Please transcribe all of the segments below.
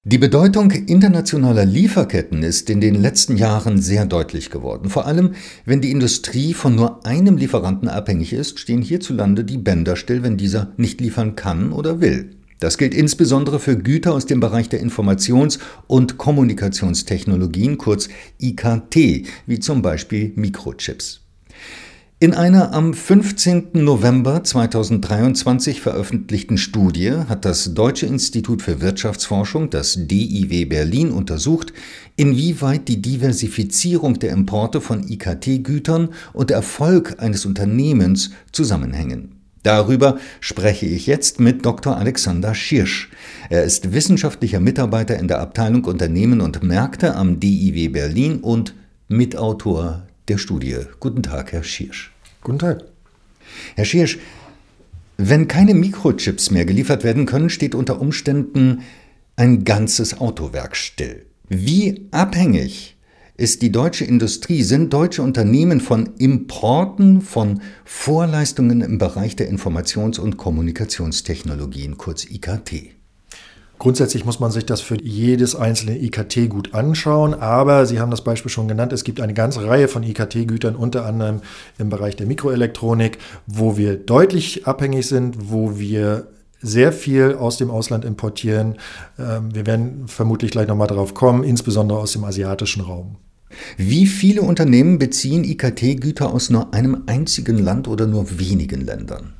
Die Bedeutung internationaler Lieferketten ist in den letzten Jahren sehr deutlich geworden. Vor allem, wenn die Industrie von nur einem Lieferanten abhängig ist, stehen hierzulande die Bänder still, wenn dieser nicht liefern kann oder will. Das gilt insbesondere für Güter aus dem Bereich der Informations- und Kommunikationstechnologien, kurz IKT, wie zum Beispiel Mikrochips. In einer am 15. November 2023 veröffentlichten Studie hat das Deutsche Institut für Wirtschaftsforschung, das DIW Berlin, untersucht, inwieweit die Diversifizierung der Importe von IKT-Gütern und der Erfolg eines Unternehmens zusammenhängen. Darüber spreche ich jetzt mit Dr. Alexander Schirsch. Er ist wissenschaftlicher Mitarbeiter in der Abteilung Unternehmen und Märkte am DIW Berlin und Mitautor der Studie. Guten Tag, Herr Schirsch. Guten Tag. Herr Schirsch, wenn keine Mikrochips mehr geliefert werden können, steht unter Umständen ein ganzes Autowerk still. Wie abhängig ist die deutsche Industrie, sind deutsche Unternehmen von Importen, von Vorleistungen im Bereich der Informations- und Kommunikationstechnologien, kurz IKT? Grundsätzlich muss man sich das für jedes einzelne IKT-Gut anschauen, aber Sie haben das Beispiel schon genannt, es gibt eine ganze Reihe von IKT-Gütern, unter anderem im Bereich der Mikroelektronik, wo wir deutlich abhängig sind, wo wir sehr viel aus dem Ausland importieren. Wir werden vermutlich gleich nochmal darauf kommen, insbesondere aus dem asiatischen Raum. Wie viele Unternehmen beziehen IKT-Güter aus nur einem einzigen Land oder nur wenigen Ländern?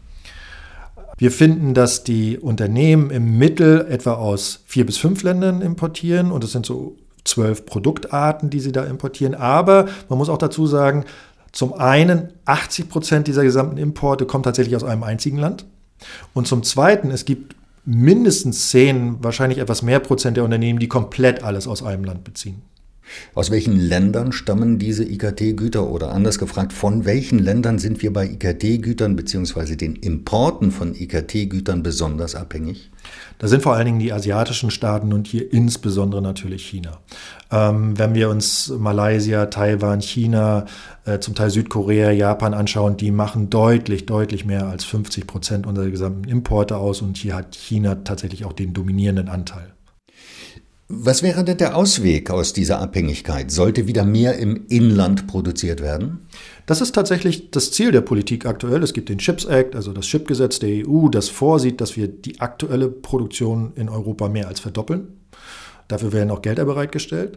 Wir finden, dass die Unternehmen im Mittel etwa aus 4 bis 5 Ländern importieren und es sind so 12 Produktarten, die sie da importieren. Aber man muss auch dazu sagen, zum einen 80% dieser gesamten Importe kommen tatsächlich aus einem einzigen Land und zum zweiten, es gibt mindestens 10, wahrscheinlich etwas mehr Prozent der Unternehmen, die komplett alles aus einem Land beziehen. Aus welchen Ländern stammen diese IKT-Güter oder anders gefragt, von welchen Ländern sind wir bei IKT-Gütern bzw. den Importen von IKT-Gütern besonders abhängig? Da sind vor allen Dingen die asiatischen Staaten und hier insbesondere natürlich China. Wenn wir uns Malaysia, Taiwan, China, zum Teil Südkorea, Japan anschauen, die machen deutlich mehr als 50% unserer gesamten Importe aus und hier hat China tatsächlich auch den dominierenden Anteil. Was wäre denn der Ausweg aus dieser Abhängigkeit? Sollte wieder mehr im Inland produziert werden? Das ist tatsächlich das Ziel der Politik aktuell. Es gibt den CHIPS Act, also das Chipgesetz der EU, das vorsieht, dass wir die aktuelle Produktion in Europa mehr als verdoppeln. Dafür werden auch Gelder bereitgestellt.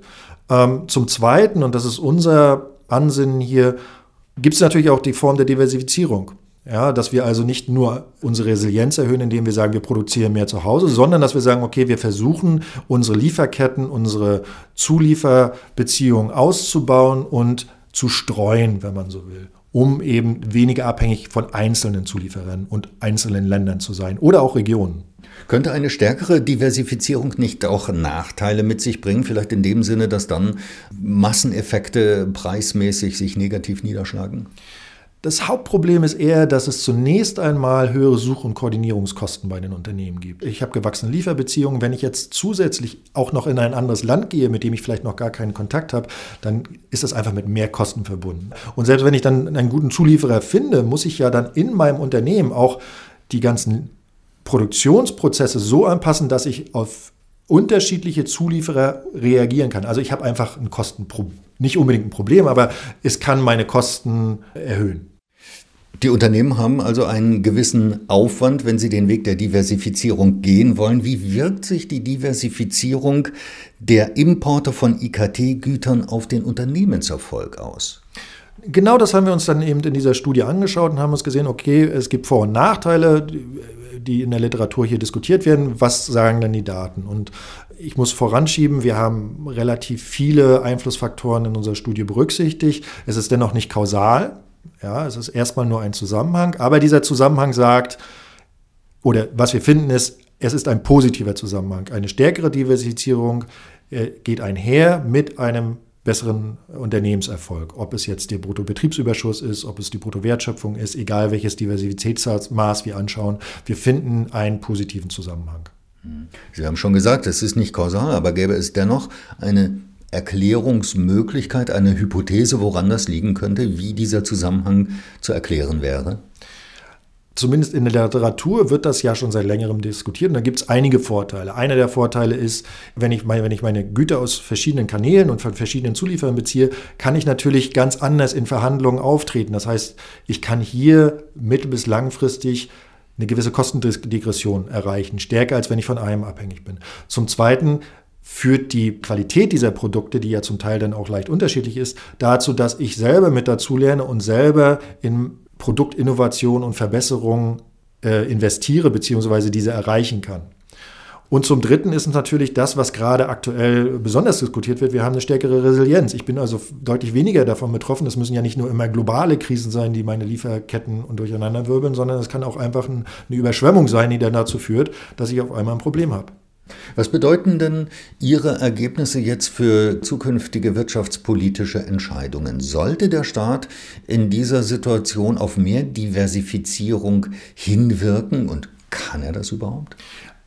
Zum Zweiten, und das ist unser Ansinnen hier, gibt es natürlich auch die Form der Diversifizierung. Ja, dass wir also nicht nur unsere Resilienz erhöhen, indem wir sagen, wir produzieren mehr zu Hause, sondern dass wir sagen, okay, wir versuchen, unsere Lieferketten, unsere Zulieferbeziehungen auszubauen und zu streuen, wenn man so will, um eben weniger abhängig von einzelnen Zulieferern und einzelnen Ländern zu sein oder auch Regionen. Könnte eine stärkere Diversifizierung nicht auch Nachteile mit sich bringen? Vielleicht in dem Sinne, dass dann Masseneffekte preismäßig sich negativ niederschlagen? Das Hauptproblem ist eher, dass es zunächst einmal höhere Such- und Koordinierungskosten bei den Unternehmen gibt. Ich habe gewachsene Lieferbeziehungen. Wenn ich jetzt zusätzlich auch noch in ein anderes Land gehe, mit dem ich vielleicht noch gar keinen Kontakt habe, dann ist das einfach mit mehr Kosten verbunden. Und selbst wenn ich dann einen guten Zulieferer finde, muss ich ja dann in meinem Unternehmen auch die ganzen Produktionsprozesse so anpassen, dass ich auf unterschiedliche Zulieferer reagieren kann. Also ich habe einfach ein Kostenproblem. Nicht unbedingt ein Problem, aber es kann meine Kosten erhöhen. Die Unternehmen haben also einen gewissen Aufwand, wenn sie den Weg der Diversifizierung gehen wollen. Wie wirkt sich die Diversifizierung der Importe von IKT-Gütern auf den Unternehmenserfolg aus? Genau das haben wir uns dann eben in dieser Studie angeschaut und haben uns gesehen, okay, es gibt Vor- und Nachteile, die in der Literatur hier diskutiert werden. Was sagen denn die Daten? Und ich muss voranschieben, wir haben relativ viele Einflussfaktoren in unserer Studie berücksichtigt. Es ist dennoch nicht kausal. Ja, es ist erstmal nur ein Zusammenhang. Aber dieser Zusammenhang sagt, oder was wir finden ist, es ist ein positiver Zusammenhang. Eine stärkere Diversifizierung geht einher mit einem besseren Unternehmenserfolg. Ob es jetzt der Bruttobetriebsüberschuss ist, ob es die Bruttowertschöpfung ist, egal welches Diversitätsmaß wir anschauen, wir finden einen positiven Zusammenhang. Sie haben schon gesagt, es ist nicht kausal, aber gäbe es dennoch eine Erklärungsmöglichkeit, eine Hypothese, woran das liegen könnte, wie dieser Zusammenhang zu erklären wäre? Zumindest in der Literatur wird das ja schon seit längerem diskutiert und da gibt es einige Vorteile. Einer der Vorteile ist, wenn ich meine Güter aus verschiedenen Kanälen und von verschiedenen Zulieferern beziehe, kann ich natürlich ganz anders in Verhandlungen auftreten. Das heißt, ich kann hier mittel- bis langfristig eine gewisse Kostendegression erreichen, stärker als wenn ich von einem abhängig bin. Zum Zweiten führt die Qualität dieser Produkte, die ja zum Teil dann auch leicht unterschiedlich ist, dazu, dass ich selber mit dazu lerne und selber in Produktinnovation und Verbesserung investiere bzw. diese erreichen kann. Und zum Dritten ist es natürlich das, was gerade aktuell besonders diskutiert wird. Wir haben eine stärkere Resilienz. Ich bin also deutlich weniger davon betroffen. Es müssen ja nicht nur immer globale Krisen sein, die meine Lieferketten und durcheinanderwirbeln, sondern es kann auch einfach eine Überschwemmung sein, die dann dazu führt, dass ich auf einmal ein Problem habe. Was bedeuten denn Ihre Ergebnisse jetzt für zukünftige wirtschaftspolitische Entscheidungen? Sollte der Staat in dieser Situation auf mehr Diversifizierung hinwirken und kann er das überhaupt?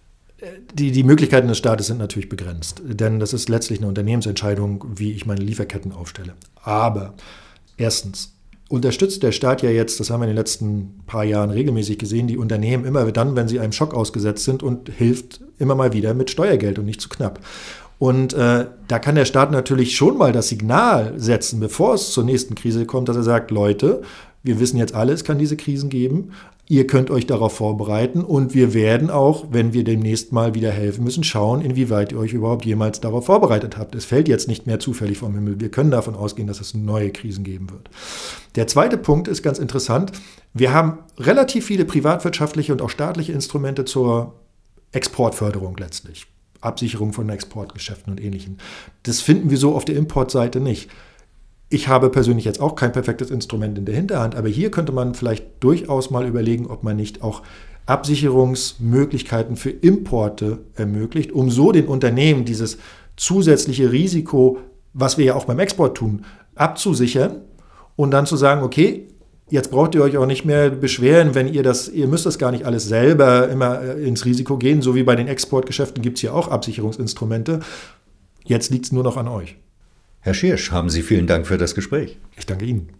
Die Möglichkeiten des Staates sind natürlich begrenzt, denn das ist letztlich eine Unternehmensentscheidung, wie ich meine Lieferketten aufstelle. Aber erstens unterstützt der Staat ja jetzt, das haben wir in den letzten paar Jahren regelmäßig gesehen, die Unternehmen immer dann, wenn sie einem Schock ausgesetzt sind und hilft immer mal wieder mit Steuergeld und nicht zu knapp. Und da kann der Staat natürlich schon mal das Signal setzen, bevor es zur nächsten Krise kommt, dass er sagt, Leute, wir wissen jetzt alle, es kann diese Krisen geben. Ihr könnt euch darauf vorbereiten und wir werden auch, wenn wir demnächst mal wieder helfen müssen, schauen, inwieweit ihr euch überhaupt jemals darauf vorbereitet habt. Es fällt jetzt nicht mehr zufällig vom Himmel. Wir können davon ausgehen, dass es neue Krisen geben wird. Der zweite Punkt ist ganz interessant. Wir haben relativ viele privatwirtschaftliche und auch staatliche Instrumente zur Exportförderung letztlich. Absicherung von Exportgeschäften und Ähnlichem. Das finden wir so auf der Importseite nicht. Ich habe persönlich jetzt auch kein perfektes Instrument in der Hinterhand, aber hier könnte man vielleicht durchaus mal überlegen, ob man nicht auch Absicherungsmöglichkeiten für Importe ermöglicht, um so den Unternehmen dieses zusätzliche Risiko, was wir ja auch beim Export tun, abzusichern und dann zu sagen, okay, jetzt braucht ihr euch auch nicht mehr beschweren, wenn ihr müsst das gar nicht alles selber immer ins Risiko gehen, so wie bei den Exportgeschäften gibt es hier auch Absicherungsinstrumente. Jetzt liegt es nur noch an euch. Herr Schirsch, haben Sie vielen Dank für das Gespräch. Ich danke Ihnen.